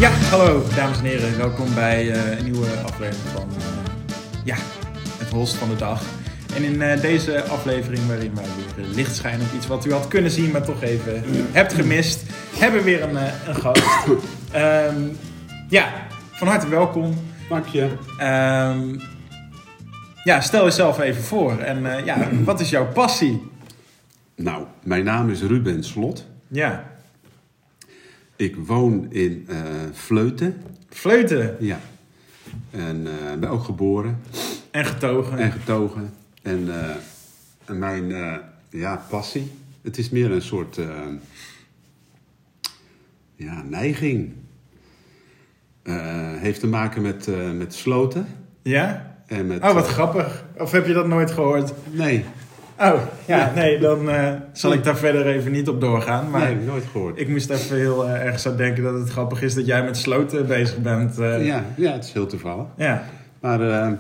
Ja, hallo dames en heren. Welkom bij een nieuwe aflevering van het Holst van de Dag. En in deze aflevering, waarin wij weer licht schijnen op iets wat u had kunnen zien, maar toch even hebt gemist, hebben we weer een gast. Van harte welkom. Dank je. Stel jezelf even voor. En wat is jouw passie? Nou, mijn naam is Ruben Slot. Ja. Ik woon in Vleuten. Vleuten? Ja. En ben ook geboren. En getogen. En mijn passie, het is meer een soort neiging. Heeft te maken met sloten. Ja? En met, wat grappig. Of heb je dat nooit gehoord? Nee. Oh, dan zal ik daar verder even niet op doorgaan. Maar nee, nooit gehoord. Ik moest even heel erg zo denken dat het grappig is dat jij met sloten bezig bent. Ja, het is heel toevallig. Ja. Maar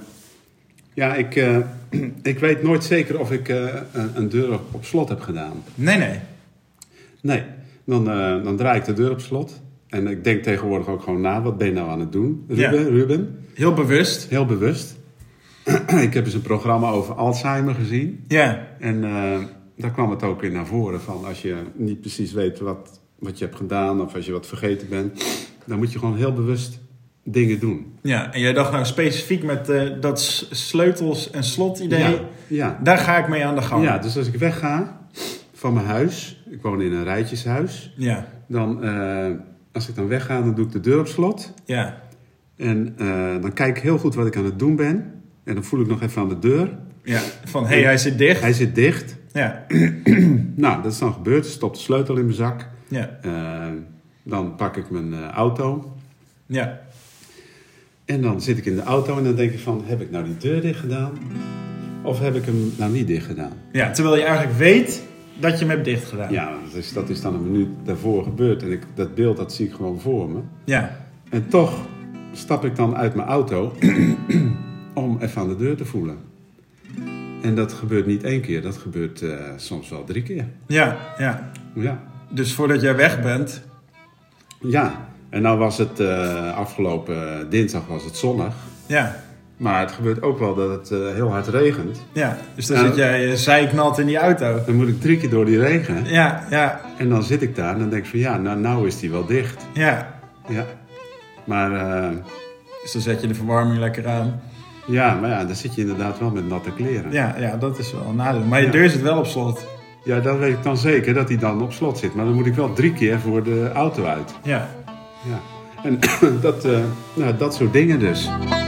ik weet nooit zeker of ik een deur op slot heb gedaan. Nee. Nee, dan draai ik de deur op slot. En ik denk tegenwoordig ook gewoon na, wat ben je nou aan het doen, Ruben? Heel bewust. Heel bewust. Ik heb eens een programma over Alzheimer gezien. Ja. En daar kwam het ook in naar voren van, als je niet precies weet wat je hebt gedaan of als je wat vergeten bent, dan moet je gewoon heel bewust dingen doen. Ja, en jij dacht nou specifiek met dat sleutels- en slot-idee, ja. Daar ga ik mee aan de gang. Ja, dus als ik wegga van mijn huis, ik woon in een rijtjeshuis, dan, als ik dan wegga, dan doe ik de deur op slot. Ja. En dan kijk ik heel goed wat ik aan het doen ben. En dan voel ik nog even aan de deur. Ja, van hij zit dicht. Hij zit dicht. Ja. Nou, dat is dan gebeurd. Ik stop de sleutel in mijn zak. Ja. Dan pak ik mijn auto. Ja. En dan zit ik in de auto en dan denk ik van, heb ik nou die deur dicht gedaan? Of heb ik hem nou niet dicht gedaan? Ja, terwijl je eigenlijk weet dat je hem hebt dicht gedaan. Ja, dat is dan een minuut daarvoor gebeurd. En dat beeld, dat zie ik gewoon voor me. Ja. En toch stap ik dan uit mijn auto om even aan de deur te voelen. En dat gebeurt niet 1 keer, dat gebeurt soms wel 3 keer. Ja. Dus voordat jij weg bent. Ja, en nou was het afgelopen dinsdag was het zonnig. Ja. Maar het gebeurt ook wel dat het heel hard regent. Ja, dus dan zit jij zeiknat in die auto. Dan moet ik 3 keer door die regen. Ja. En dan zit ik daar en dan denk ik van nou is die wel dicht. Ja. Maar dus dan zet je de verwarming lekker aan. Ja, maar dan zit je inderdaad wel met natte kleren. Ja, dat is wel een nadeel. Maar je deur zit wel op slot. Ja, dat weet ik dan zeker, dat hij dan op slot zit. Maar dan moet ik wel 3 keer voor de auto uit. Ja. En dat soort dingen dus.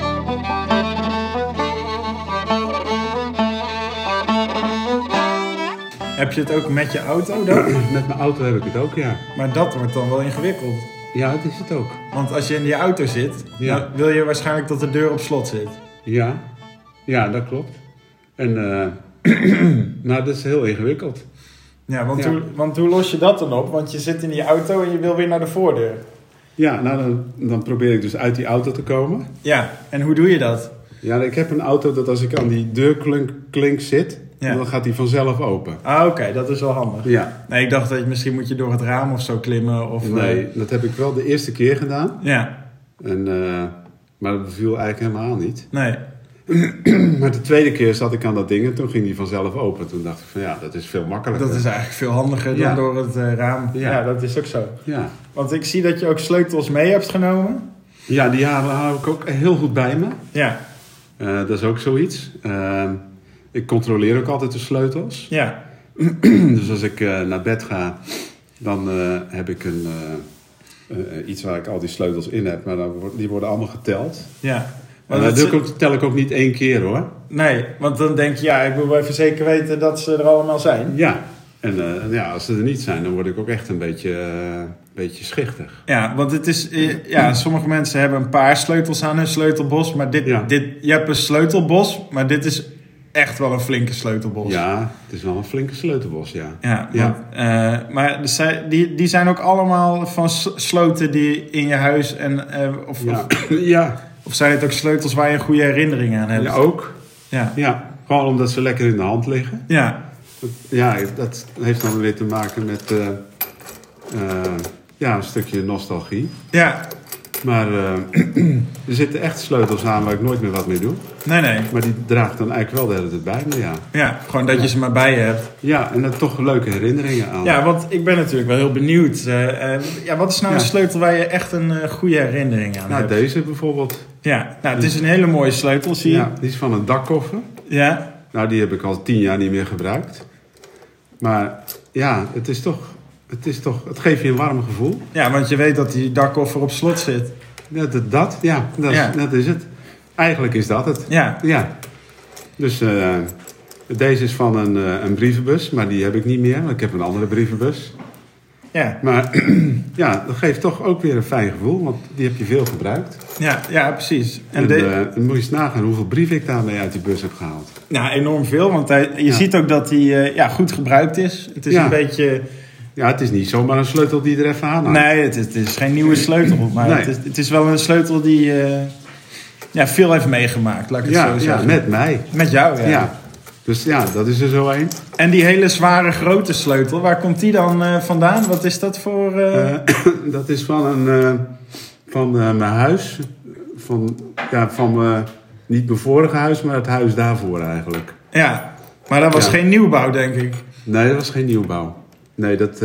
Heb je het ook met je auto dan? Met mijn auto heb ik het ook, ja. Maar dat wordt dan wel ingewikkeld. Ja, dat is het ook. Want als je in die auto zit, dan wil je waarschijnlijk dat de deur op slot zit. Ja, dat klopt. En dat is heel ingewikkeld. Ja, want hoe los je dat dan op? Want je zit in die auto en je wil weer naar de voordeur. Ja, dan probeer ik dus uit die auto te komen. Ja, en hoe doe je dat? Ja, ik heb een auto dat als ik aan die deurklink zit, dan gaat die vanzelf open. Ah, oké, dat is wel handig. Ja. Nee, ik dacht dat misschien moet je door het raam of zo klimmen. Of, nee, dat heb ik wel de eerste keer gedaan. Ja. Maar dat beviel eigenlijk helemaal niet. Nee. Maar de tweede keer zat ik aan dat ding en toen ging die vanzelf open. Toen dacht ik van dat is veel makkelijker. Dat is eigenlijk veel handiger dan door het raam. Ja, dat is ook zo. Ja. Want ik zie dat je ook sleutels mee hebt genomen. Ja, die hou ik ook heel goed bij me. Ja. Dat is ook zoiets. Ik controleer ook altijd de sleutels. Ja. Dus als ik naar bed ga, dan heb ik iets waar ik al die sleutels in heb. Maar die worden allemaal geteld. Ja. Maar dat tel ik ook niet 1 keer hoor. Nee, want dan denk je, ik wil wel even zeker weten dat ze er allemaal zijn. Ja, en als ze er niet zijn, dan word ik ook echt een beetje schichtig. Ja, want het is, sommige mensen hebben een paar sleutels aan hun sleutelbos. Maar je hebt een sleutelbos, maar dit is echt wel een flinke sleutelbos. Ja, het is wel een flinke sleutelbos, ja. Maar die zijn ook allemaal van sloten die in je huis en... Of zijn het ook sleutels waar je een goede herinnering aan hebt? Ja, ook. Ja, gewoon omdat ze lekker in de hand liggen. Ja. Ja, dat heeft dan weer te maken met een stukje nostalgie. Ja. Maar er zitten echt sleutels aan waar ik nooit meer wat mee doe. Nee. Maar die draag ik dan eigenlijk wel de hele tijd bij me, ja. Ja, gewoon dat je ze maar bij je hebt. Ja, en er toch leuke herinneringen aan. Ja, want ik ben natuurlijk wel heel benieuwd. Wat is nou een sleutel waar je echt een goede herinnering aan hebt? Deze bijvoorbeeld. Ja, nou, het is een hele mooie sleutel, zie je. Ja, die is van een dakkoffer. Ja. Nou, die heb ik al 10 jaar niet meer gebruikt. Maar ja, het geeft je een warm gevoel. Ja, want je weet dat die dakkoffer op slot zit. Dat is het. Eigenlijk is dat het. Ja. Dus deze is van een brievenbus, maar die heb ik niet meer. Want ik heb een andere brievenbus. Ja. Maar ja, dat geeft toch ook weer een fijn gevoel, want die heb je veel gebruikt. Ja, precies. En moet je eens nagaan hoeveel brieven ik daarmee uit die bus heb gehaald. Nou, enorm veel, want je ziet ook dat hij goed gebruikt is. Het is een beetje... Ja, het is niet zomaar een sleutel die er even aan hangt. Nee, het is geen nieuwe sleutel. Maar het is wel een sleutel die veel heeft meegemaakt, laat ik het zo zeggen. Ja, met mij. Met jou, ja. Dus ja, dat is er zo één. En die hele zware grote sleutel, waar komt die dan vandaan? Wat is dat voor... Dat is van mijn huis. Niet mijn vorige huis, maar het huis daarvoor eigenlijk. Ja, maar dat was geen nieuwbouw, denk ik. Nee, dat was geen nieuwbouw. Nee, dat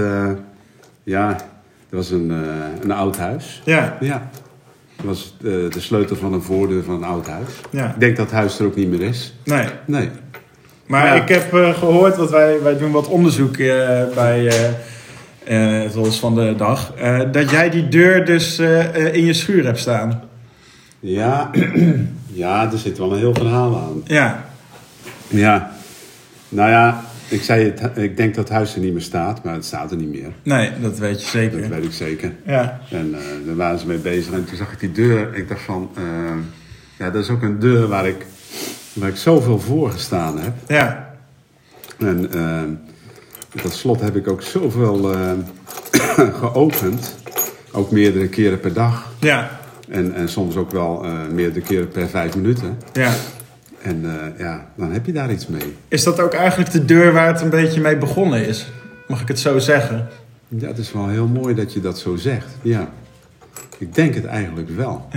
was een oud huis. Ja. Dat was de sleutel van een voordeur van een oud huis. Ja. Ik denk dat het huis er ook niet meer is. Nee. Maar ik heb gehoord, want wij doen wat onderzoek bij het Holst van de Dag. Dat jij die deur dus in je schuur hebt staan. Ja, er zit wel een heel verhaal aan. Ja. Nou ja, ik zei het, ik denk dat het huis er niet meer staat, maar het staat er niet meer. Nee, dat weet je zeker. Dat weet ik zeker. Ja. En daar waren ze mee bezig en toen zag ik die deur. Ik dacht van, dat is ook een deur waar ik zoveel voor gestaan heb. Ja. En dat slot heb ik ook zoveel geopend. Ook meerdere keren per dag. Ja. En soms ook wel meerdere keren per 5 minuten. Ja. En dan heb je daar iets mee. Is dat ook eigenlijk de deur waar het een beetje mee begonnen is? Mag ik het zo zeggen? Ja, het is wel heel mooi dat je dat zo zegt. Ja. Ik denk het eigenlijk wel.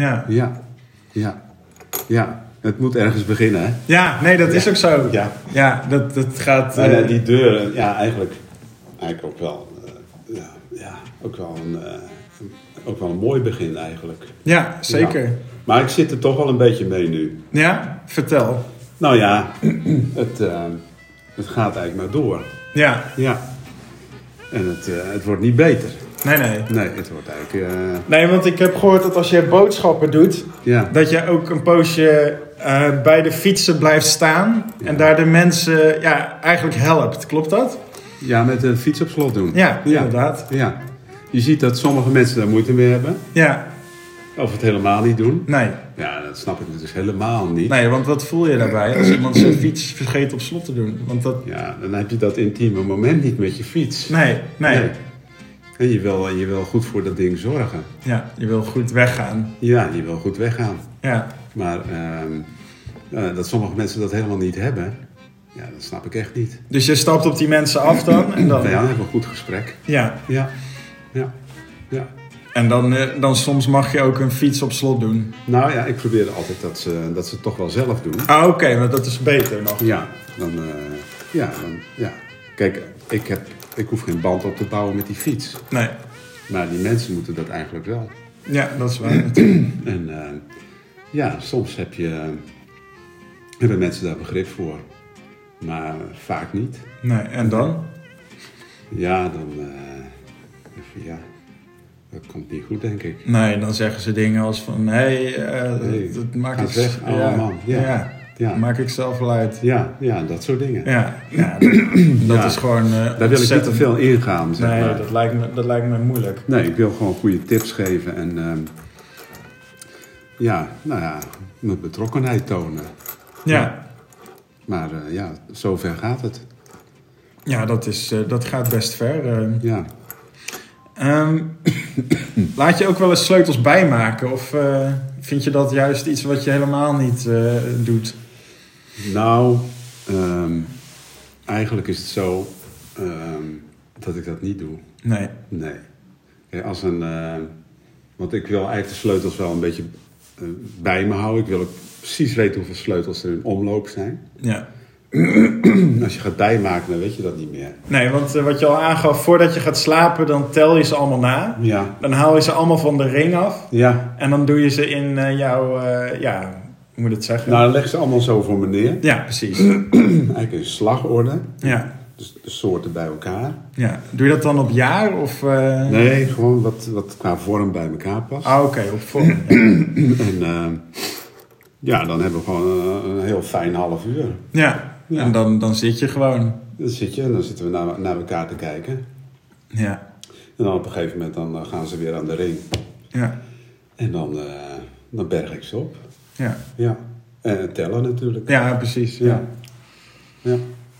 Ja. Het moet ergens beginnen, hè? Ja, nee, dat is ook zo. Ja, dat gaat... die deur, eigenlijk ook wel... ook wel een mooi begin eigenlijk. Ja, zeker. Ja. Maar ik zit er toch wel een beetje mee nu. Ja, vertel. Nou ja, het gaat eigenlijk maar door. Ja. En het wordt niet beter. Nee. Nee, het wordt eigenlijk... Nee, want ik heb gehoord dat als je boodschappen doet... dat je ook een poosje bij de fietsen blijft staan... en daar de mensen eigenlijk helpt. Klopt dat? Ja, met de fiets op slot doen. Ja, inderdaad. Ja. Je ziet dat sommige mensen daar moeite mee hebben. Ja. Of het helemaal niet doen. Nee. Ja, dat snap ik dus helemaal niet. Nee, want wat voel je daarbij als iemand zijn fiets vergeet op slot te doen? Want dat... Ja, dan heb je dat intieme moment niet met je fiets. Nee. En je wil goed voor dat ding zorgen. Ja, je wil goed weggaan. Ja, je wil goed weggaan. Ja. Maar dat sommige mensen dat helemaal niet hebben... Ja, dat snap ik echt niet. Dus je stapt op die mensen af dan? En dan... Ja, dan hebben we een goed gesprek. Ja. Ja. En dan soms mag je ook een fiets op slot doen? Nou ja, ik probeer altijd dat ze het toch wel zelf doen. Ah, oké, maar dat is beter nog. Ja, dan. Kijk, ik hoef geen band op te bouwen met die fiets. Nee. Maar die mensen moeten dat eigenlijk wel. Ja, dat is waar natuurlijk. En soms hebben mensen daar begrip voor. Maar vaak niet. Nee, en dan? Ja, dan... dat komt niet goed, denk ik. Nee, dan zeggen ze dingen als van... dat maak ik... weg, oude man. Ja. Maak ik zelf wel uit. Ja, dat soort dingen. Ja, dat is gewoon... daar wil ik niet te veel ingaan, zeg maar. Dat lijkt me moeilijk. Nee, ik wil gewoon goede tips geven en... mijn betrokkenheid tonen. Ja. Maar zover gaat het. Ja, dat gaat best ver. Ja. Laat je ook wel eens sleutels bijmaken? Of vind je dat juist iets wat je helemaal niet doet? Nou, eigenlijk is het zo dat ik dat niet doe. Nee. Kijk, Want ik wil eigenlijk de sleutels wel een beetje bij me houden. Ik wil ook precies weten hoeveel sleutels er in omloop zijn. Ja. Als je gaat bijmaken, dan weet je dat niet meer. Nee, want wat je al aangaf, voordat je gaat slapen, dan tel je ze allemaal na. Ja. Dan haal je ze allemaal van de ring af. Ja. En dan doe je ze in jouw, hoe moet ik het zeggen? Nou, dan leg ze allemaal zo voor me neer. Ja, precies. Eigenlijk in slagorde. Ja. Dus de soorten bij elkaar. Ja. Doe je dat dan op jaar? Of, Nee, gewoon wat qua vorm bij elkaar past. Ah, oké, op vorm. En dan hebben we gewoon een heel fijn half uur. Ja. Ja. En dan zit je gewoon. Dan zit je en dan zitten we naar elkaar te kijken. Ja. En dan op een gegeven moment dan gaan ze weer aan de ring. Ja. En dan berg ik ze op. Ja. Ja. En tellen natuurlijk. Ja, precies. Ja. Ja.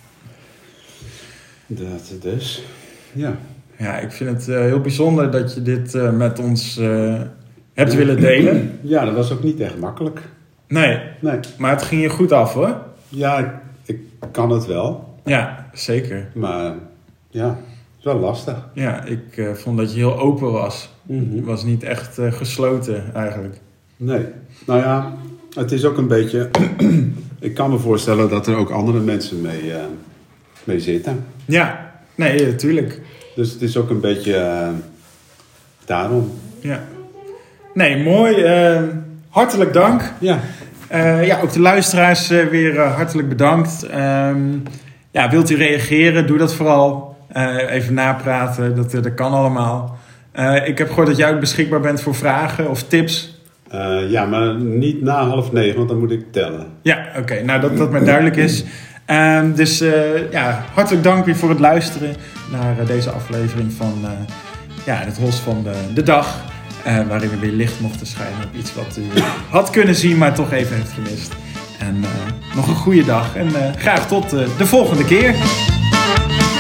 Dat dus. Ja. Ja, ik vind het heel bijzonder dat je dit met ons hebt willen delen. Ja, dat was ook niet echt makkelijk. Nee. Maar het ging je goed af, hoor. Ja, ik kan het wel. Ja, zeker. Maar ja, het is wel lastig. Ja, ik vond dat je heel open was. Mm-hmm. Het was niet echt gesloten eigenlijk. Nee. Nou ja, het is ook een beetje... Ik kan me voorstellen dat er ook andere mensen mee zitten. Ja, nee, natuurlijk. Dus het is ook een beetje daarom. Ja. Nee, mooi. Hartelijk dank. Ja. Ook de luisteraars weer hartelijk bedankt. Wilt u reageren? Doe dat vooral. Even napraten, dat kan allemaal. Ik heb gehoord dat jij ook beschikbaar bent voor vragen of tips. Ja, maar niet na 8:30, want dan moet ik tellen. Ja, oké. Nou, dat maar duidelijk is. Hartelijk dank weer voor het luisteren naar deze aflevering van het Hos van de Dag. Waarin we weer licht mochten schijnen op iets wat u had kunnen zien, maar toch even heeft gemist. En nog een goede dag en graag tot de volgende keer.